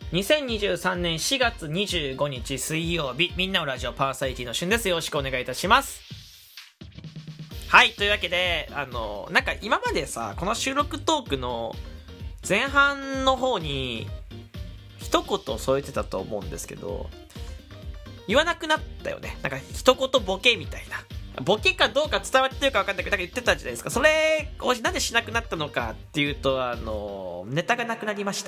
2023年4月25日水曜日、みんなのラジオパーソナリティのしゅんです。よろしくお願いいたします。はい、というわけで、なんか今までさ、この収録トークの前半の方に一言添えてたと思うんですけど、言わなくなったよね。なんか一言ボケみたいな。ボケかどうか伝わってるか分かんないけど、なんか言ってたじゃないですか。それをなんでしなくなったのかっていうと、ネタがなくなりました。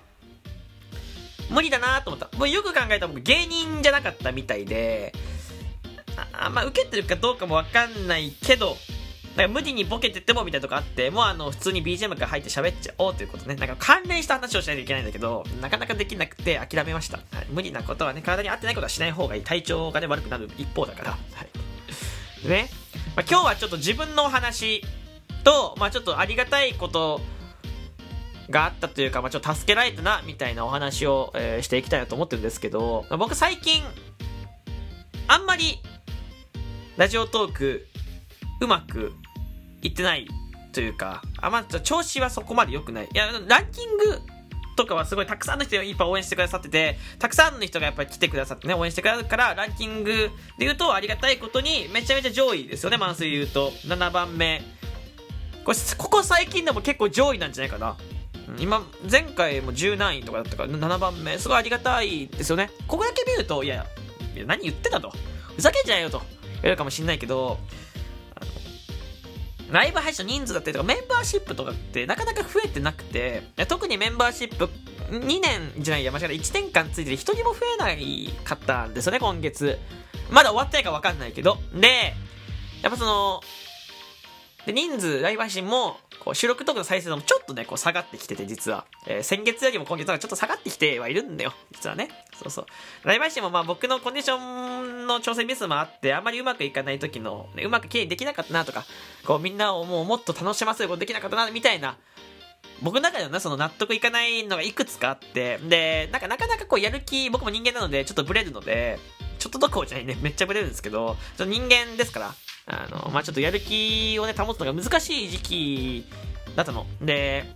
無理だなと思った。もうよく考えたら僕芸人じゃなかったみたいで、まあ受けてるかどうかも分かんないけど、なんか無理にボケてってもみたいなとこあって、もう普通に BGM から入って喋っちゃおうということね。なんか関連した話をしないといけないんだけど、なかなかできなくて諦めました。はい、無理なことはね、体に合ってないことはしない方がいい。体調がね、悪くなる一方だから。はい。ね。今日はちょっと自分のお話と、ちょっとありがたいことがあったというか、ちょっと助けられたなみたいなお話を、していきたいなと思ってるんですけど、僕最近あんまりラジオトークうまくいってないというか、調子はそこまで良くない。いや、ランキングとかはすごいたくさんの人がいっぱい応援してくださってて、たくさんの人がやっぱり来てくださってね、応援してくださるから、ランキングで言うとありがたいことにめちゃめちゃ上位ですよね。マンスリー言うと7番目。ここ最近でも結構上位なんじゃないかな。前回も10何位とかだったから7番目、すごいありがたいですよね。ここだけ見ると、いや何言ってたと、ふざけんじゃないよと言るかもしんないけど、ライブ配信の人数だったりとかメンバーシップとかってなかなか増えてなくて、特にメンバーシップ2年じゃないや、間違えた、1年間ついてて1人も増えないかったんですよね、今月。まだ終わってないか分かんないけど。で、やっぱ人数、ライブ配信も収録トークの再生度もちょっとね下がってきてて、実は、先月よりも今月はちょっと下がってきてはいるんだよ、実はね。そうライブ配信も僕のコンディションの調整ミスもあって、あんまりうまくいかない時の、うまく綺麗にできなかったなとか、みんなをもっと楽しませることできなかったなみたいな、僕の中ではね、納得いかないのがいくつかあって、でなかなかやる気、僕も人間なのでちょっとブレるので、ちょっとどころじゃないね、めっちゃブレるんですけど、ちょっと人間ですから、ちょっとやる気をね保つのが難しい時期だったので、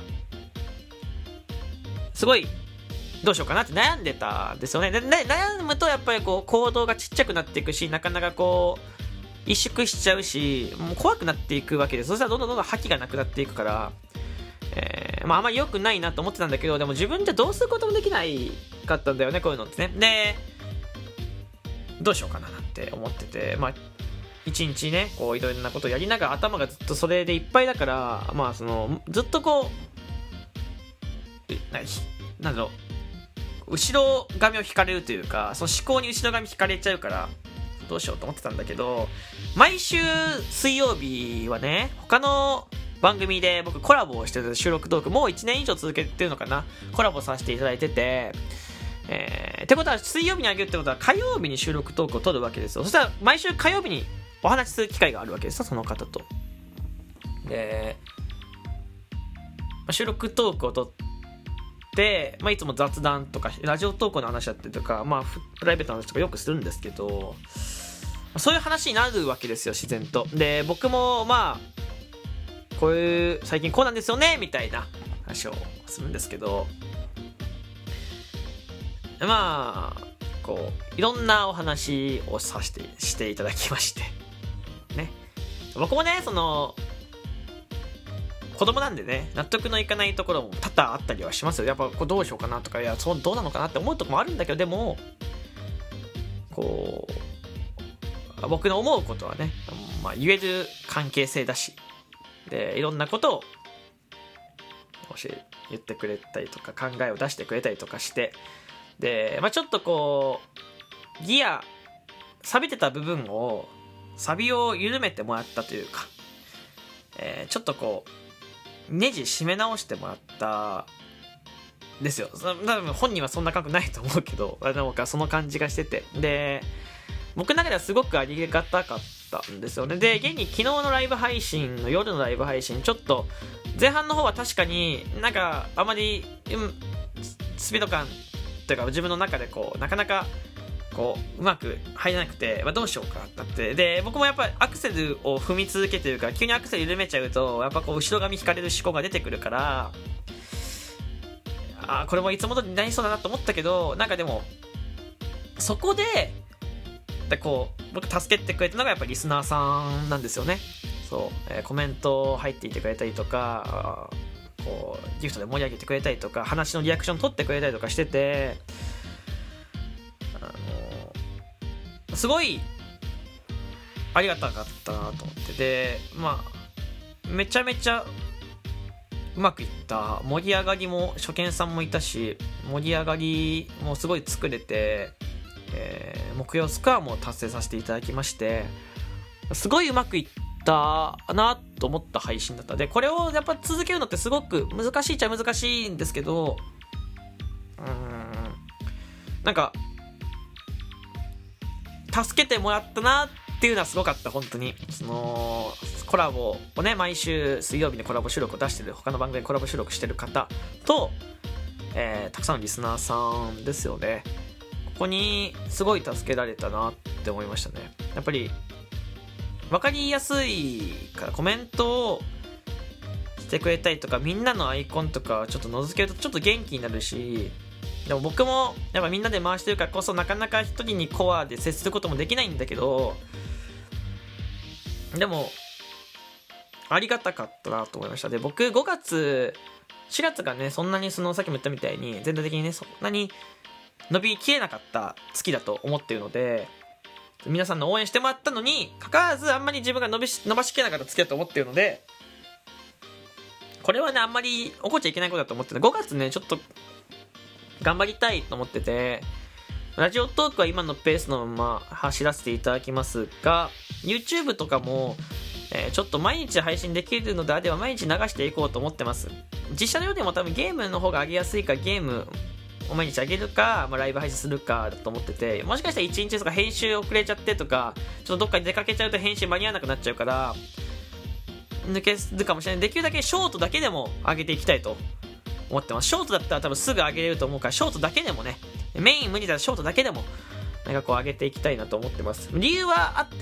すごいどうしようかなって悩んでたんですよね。で悩むとやっぱり行動がちっちゃくなっていくし、なかなか萎縮しちゃうし、もう怖くなっていくわけです。そしたらどんどん覇気がなくなっていくから、あんまり良くないなと思ってたんだけど、でも自分じゃどうすることもできないかったんだよね、こういうのってね。でどうしようかなって思ってて、一日ねいろいろなことをやりながら頭がずっとそれでいっぱいだから、ずっとなんだろう、後ろ髪を引かれるというか、その思考に後ろ髪引かれちゃうから、どうしようと思ってたんだけど、毎週水曜日はね、他の番組で僕コラボをしてる収録トークもう1年以上続けてるのかな、コラボさせていただいてて、ってことは水曜日にあげるってことは火曜日に収録トークを撮るわけですよ。そしたら毎週火曜日にお話しする機会があるわけですよ、その方と。で、収録トークを撮って、いつも雑談とかラジオトークの話だったりとか、プライベートの話とかよくするんですけど、そういう話になるわけですよ、自然と。で、僕もこういう最近こうなんですよねみたいな話をするんですけど、いろんなお話をしていただきましてね。僕もね、子供なんでね、納得のいかないところも多々あったりはしますよ。やっぱどうしようかなとか、どうなのかなって思うところもあるんだけど、でも僕の思うことはね、言える関係性だし、でいろんなことを言ってくれたりとか、考えを出してくれたりとかして、でちょっとギア錆びてた部分を錆びを緩めてもらったというか、ちょっとネジ締め直してもらったですよ。多分本人はそんな感覚ないと思うけど、その感じがしてて、で僕の中ではすごくありがたかったんですよね。で現に昨日のライブ配信の夜のライブ配信、ちょっと前半の方は確かにあまり、スピード感というか自分の中でなかなかうまく入らなくて、どうしようかってなって、で僕もやっぱりアクセルを踏み続けてるから、急にアクセル緩めちゃうとやっぱ後ろ髪引かれる思考が出てくるから、 これもいつも通りになりそうだなと思ったけど、なんかでもそこでこう僕助けてくれたのがやっぱりリスナーさんなんですよね。そう、コメント入っていてくれたりとか、こうギフトで盛り上げてくれたりとか、話のリアクション取ってくれたりとかしてて、すごいありがたかったなと思って。でめちゃめちゃうまくいった。盛り上がりも初見さんもいたし、盛り上がりもすごい作れて、目標スコアも達成させていただきまして、すごいうまくいったなと思った配信だった。でこれをやっぱ続けるのってすごく難しいっちゃ難しいんですけど、なんか助けてもらったなっていうのはすごかった。本当にそのコラボをね、毎週水曜日にコラボ収録を出してる、他の番組でコラボ収録してる方と、たくさんのリスナーさんですよね。ここにすごい助けられたなって思いましたね。やっぱり分かりやすいからコメントをしてくれたりとか、みんなのアイコンとかちょっと覗けるとちょっと元気になるし、でも僕もやっぱみんなで回してるからこそなかなか一人にコアで接することもできないんだけど、でもありがたかったなと思いました。で僕4月がね、そんなにさっきも言ったみたいに全体的にねそんなに伸びきれなかった月だと思っているので、皆さんの応援してもらったのにかかわらずあんまり自分が伸ばしきれなかった月だと思っているので、これはねあんまり怒っちゃいけないことだと思ってて、5月ねちょっと頑張りたいと思ってて、ラジオトークは今のペースのまま走らせていただきますが、 YouTube とかも、ちょっと毎日配信できるのであれば毎日流していこうと思ってます。実写のよりも多分ゲームの方が上げやすいから、ゲームを毎日上げるか、ライブ配信するかだと思ってて、もしかしたら1日とか編集遅れちゃってとか、ちょっとどっかに出かけちゃうと編集間に合わなくなっちゃうから抜けるかもしれない。できるだけショートだけでも上げていきたいと思ってます。ショートだったら多分すぐ上げれると思うから、ショートだけでもね、メイン無理だらショートだけでもなんかこう上げていきたいなと思ってます。理由はあって、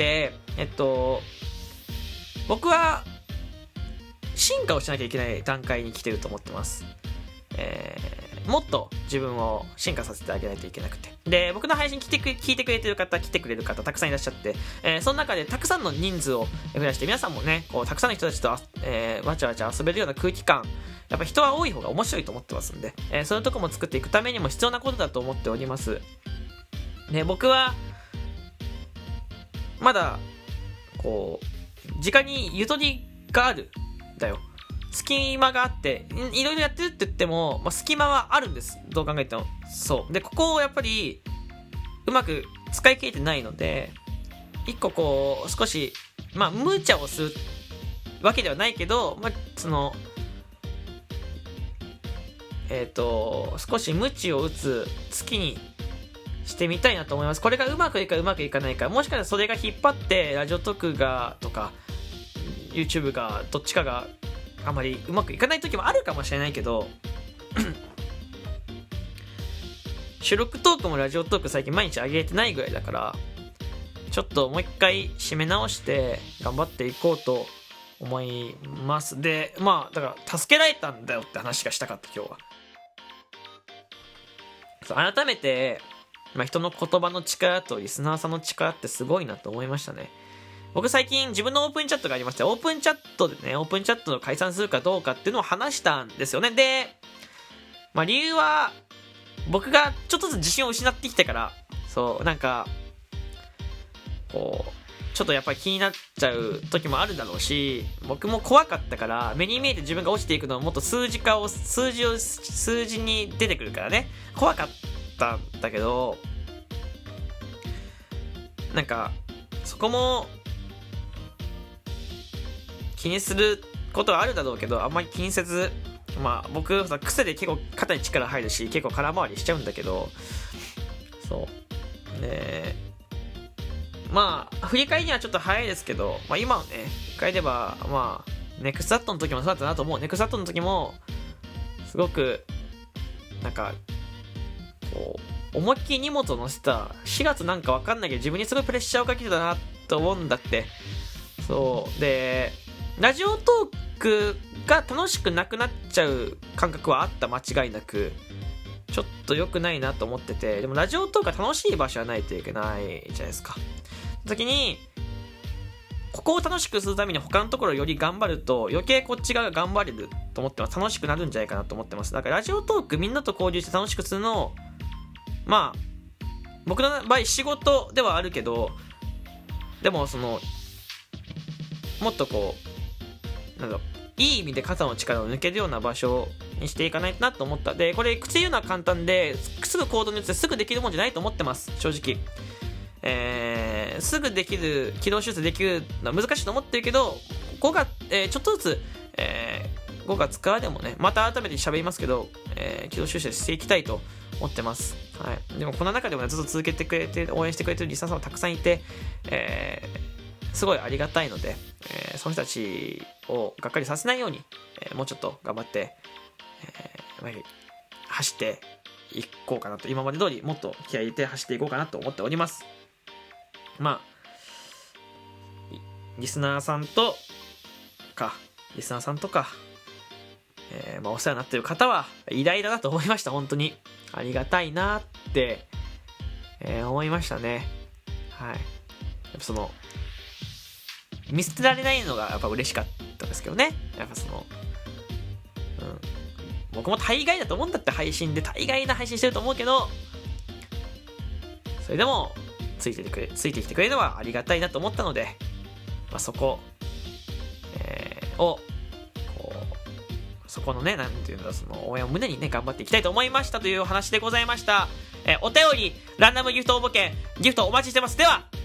僕は進化をしなきゃいけない段階に来てると思ってます。もっと自分を進化させてあげないといけなくて、で僕の配信聞いてくれてる方、来てくれる方たくさんいらっしゃって、その中でたくさんの人数を増やして、皆さんもねこうたくさんの人たちとわちゃわちゃ遊べるような空気感、やっぱ人は多い方が面白いと思ってますんで、そういうとこも作っていくためにも必要なことだと思っております。で僕はまだこう時間にゆとりがあるんだよ。隙間があっていろいろやってるって言っても、隙間はあるんです、どう考えても。そうでここをやっぱりうまく使い切れてないので、一個こう少し無茶をするわけではないけど、少し無知を打つ月にしてみたいなと思います。これがうまくいくかうまくいかないか、もしかしたらそれが引っ張ってラジオトークがとか YouTube がどっちかがあまりうまくいかない時もあるかもしれないけど収録トークもラジオトーク最近毎日上げてないぐらいだから、ちょっともう一回締め直して頑張っていこうと思います。でだから助けられたんだよって話がしたかった。今日は改めて、人の言葉の力とリスナーさんの力ってすごいなと思いましたね。僕最近自分のオープンチャットがありまして、オープンチャットでね、オープンチャットの解散するかどうかっていうのを話したんですよね。で理由は僕がちょっとずつ自信を失ってきてから、こうちょっとやっぱり気になっちゃう時もあるだろうし、僕も怖かったから、目に見えて自分が落ちていくのはもっと数字に出てくるからね、怖かったんだけど、そこも気にすることはあるだろうけど、あんまり気にせず、僕癖で結構肩に力入るし結構空回りしちゃうんだけど、そうで振り返りにはちょっと早いですけど、今をね振り返ればネクストアットの時もそうだったなと思う。ネクストアットの時もすごくこう思いっきり荷物を乗せた4月分かんないけど自分にすごいプレッシャーをかけてたなと思うんだって。そうでラジオトークが楽しくなくなっちゃう感覚はあった、間違いなく。 ちょっと良くないなと思ってて、でもラジオトークは楽しい場所はないといけないじゃないですか。時にここを楽しくするために他のところをより頑張ると余計こっち側が頑張れると思ってます。楽しくなるんじゃないかなと思ってます。だからラジオトークみんなと交流して楽しくするのを、まあ僕の場合仕事ではあるけど、でもそのもっとこうなんだろう、いい意味で肩の力を抜けるような場所にしていかないとなと思った。でこれ口言うのは簡単ですぐ行動に移ってすぐできるもんじゃないと思ってます、正直。すぐできる軌道修正できるのは難しいと思ってるけど、5月、ちょっとずつ、5月からでもね、また改めて喋りますけど、軌道修正していきたいと思ってます。はい。でもこの中でもね、ずっと続けてくれて応援してくれてるリスナーさんもたくさんいて、すごいありがたいので、その人たちをがっかりさせないように、もうちょっと頑張って、走っていこうかなと、今まで通りもっと気合い入れて走っていこうかなと思っております。まあリスナーさんとか、お世話になっている方は偉大だなと思いました。本当にありがたいなって、思いましたね。はい。やっぱその見捨てられないのがやっぱ嬉しかったですけどね。やっぱその、僕も大概だと思うんだって、配信で大概な配信してると思うけど、それでもついてきてくれるのはありがたいなと思ったので、そこ、をこうそこのね、なんていうんだ、その応援を胸にね頑張っていきたいと思いましたというお話でございました。お便り、ランダムギフト応募券、ギフトお待ちしてます。では